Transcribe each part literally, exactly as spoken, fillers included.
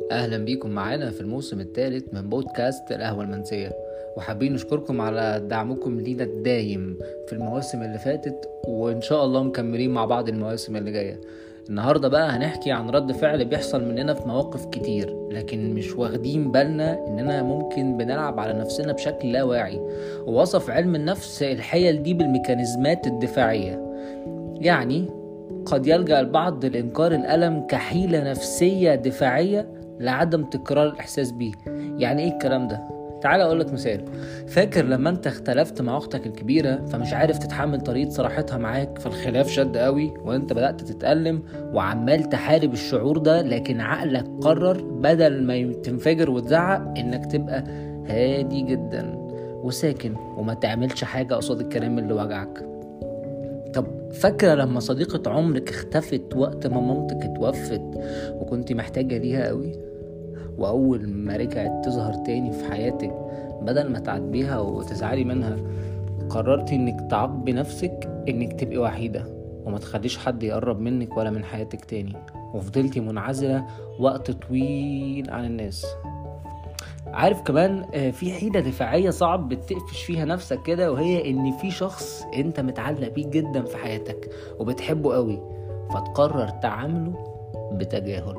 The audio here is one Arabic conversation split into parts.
اهلا بيكم معانا في الموسم الثالث من بودكاست القهوة المنسية، وحابين نشكركم على دعمكم لينا الدايم في المواسم اللي فاتت، وان شاء الله مكملين مع بعض المواسم اللي جاية. النهاردة بقى هنحكي عن رد فعل بيحصل مننا في مواقف كتير، لكن مش واخدين بالنا اننا ممكن بنلعب على نفسنا بشكل لا واعي. ووصف علم النفس الحيل دي بالميكانيزمات الدفاعية. يعني قد يلجأ البعض لإنكار الألم كحيلة نفسية دفاعية لعدم تكرار الإحساس بيه. يعني إيه الكلام ده؟ تعال أقولك مثال. فاكر لما أنت اختلفت مع أختك الكبيرة فمش عارف تتحمل طريقة صراحتها معاك، فالخلاف شد قوي وأنت بدأت تتألم وعمال تحارب الشعور ده، لكن عقلك قرر بدل ما تنفجر وتزعق إنك تبقى هادي جدا وساكن وما تعملش حاجة قصاد الكلام اللي وجعك. طب فاكرة لما صديقة عمرك اختفت وقت ما مامتك اتوفت وكنت محتاجة ليها قوي، وأول ما رجعت تظهر تاني في حياتك بدل ما تعاتبيها وتزعلي منها قررتي انك تعاقبي نفسك انك تبقي وحيدة وما تخليش حد يقرب منك ولا من حياتك تاني، وفضلتي منعزلة وقت طويل عن الناس. عارف كمان في حيلة دفاعية صعب بتقفش فيها نفسك كده، وهي ان في شخص انت متعلق بيه جدا في حياتك وبتحبه قوي، فتقرر تعامله بتجاهل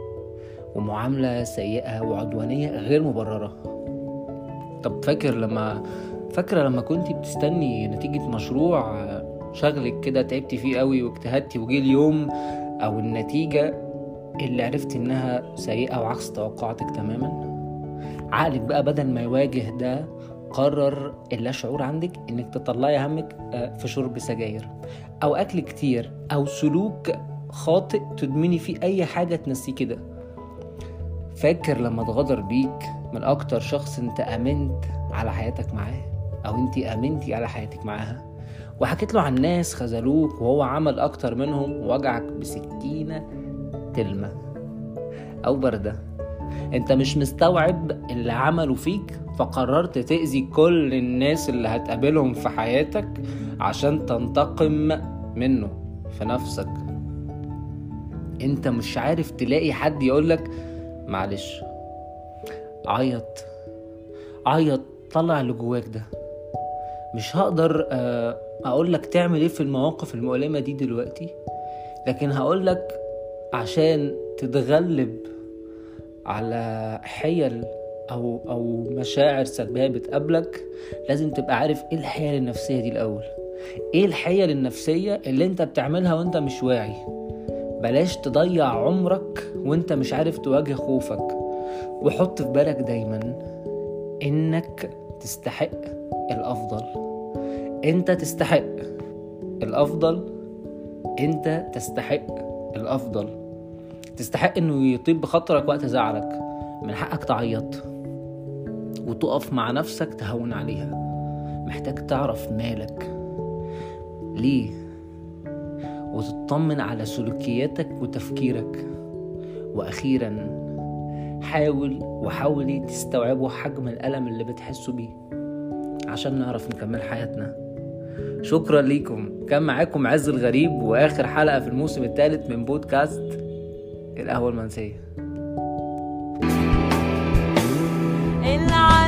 ومعاملة سيئة وعدوانية غير مبررة. طب فاكر لما فاكرة لما كنتي بتستني نتيجة مشروع شغلك كده تعبتي فيه قوي واجتهدتي، وجي اليوم او النتيجة اللي عرفتي انها سيئة وعكس توقعاتك تماما؟ عقلك بقى بدل ما يواجه ده قرر اللا شعور عندك انك تطلعي همك في شرب سجاير او اكل كتير او سلوك خاطئ تدمني فيه اي حاجة تنسي كده. فاكر لما اتغدر بيك من اكتر شخص انت امنت على حياتك معاه، او انت امنتي على حياتك معاها، وحكيت له عن ناس خذلوك وهو عمل اكتر منهم ووجعك بسكينة تلمة او بردة؟ انت مش مستوعب اللي عملوا فيك فقررت تأذي كل الناس اللي هتقابلهم في حياتك عشان تنتقم منه في نفسك. انت مش عارف تلاقي حد يقولك معلش، عيط عيط طلع اللي جواك ده. مش هقدر اقولك تعمل ايه في المواقف المؤلمة دي دلوقتي، لكن هقولك عشان تتغلب على حيل او او مشاعر سلبية بتقابلك لازم تبقى عارف ايه الحيل النفسية دي الاول. ايه الحيل النفسية اللي انت بتعملها وانت مش واعي؟ بلاش تضيع عمرك وانت مش عارف تواجه خوفك، وحط في بالك دايما انك تستحق الافضل. انت تستحق الافضل انت تستحق الافضل تستحق انه يطيب بخاطرك وقت زعلك. من حقك تعيط وتقف مع نفسك تهون عليها. محتاج تعرف مالك ليه وتطمن على سلوكياتك وتفكيرك. واخيرا حاول وحاولي تستوعبوا حجم الألم اللي بتحسوا بيه عشان نعرف نكمل حياتنا. شكرا ليكم. كان معاكم عز الغريب، واخر حلقة في الموسم الثالث من بودكاست القهوة المنسية.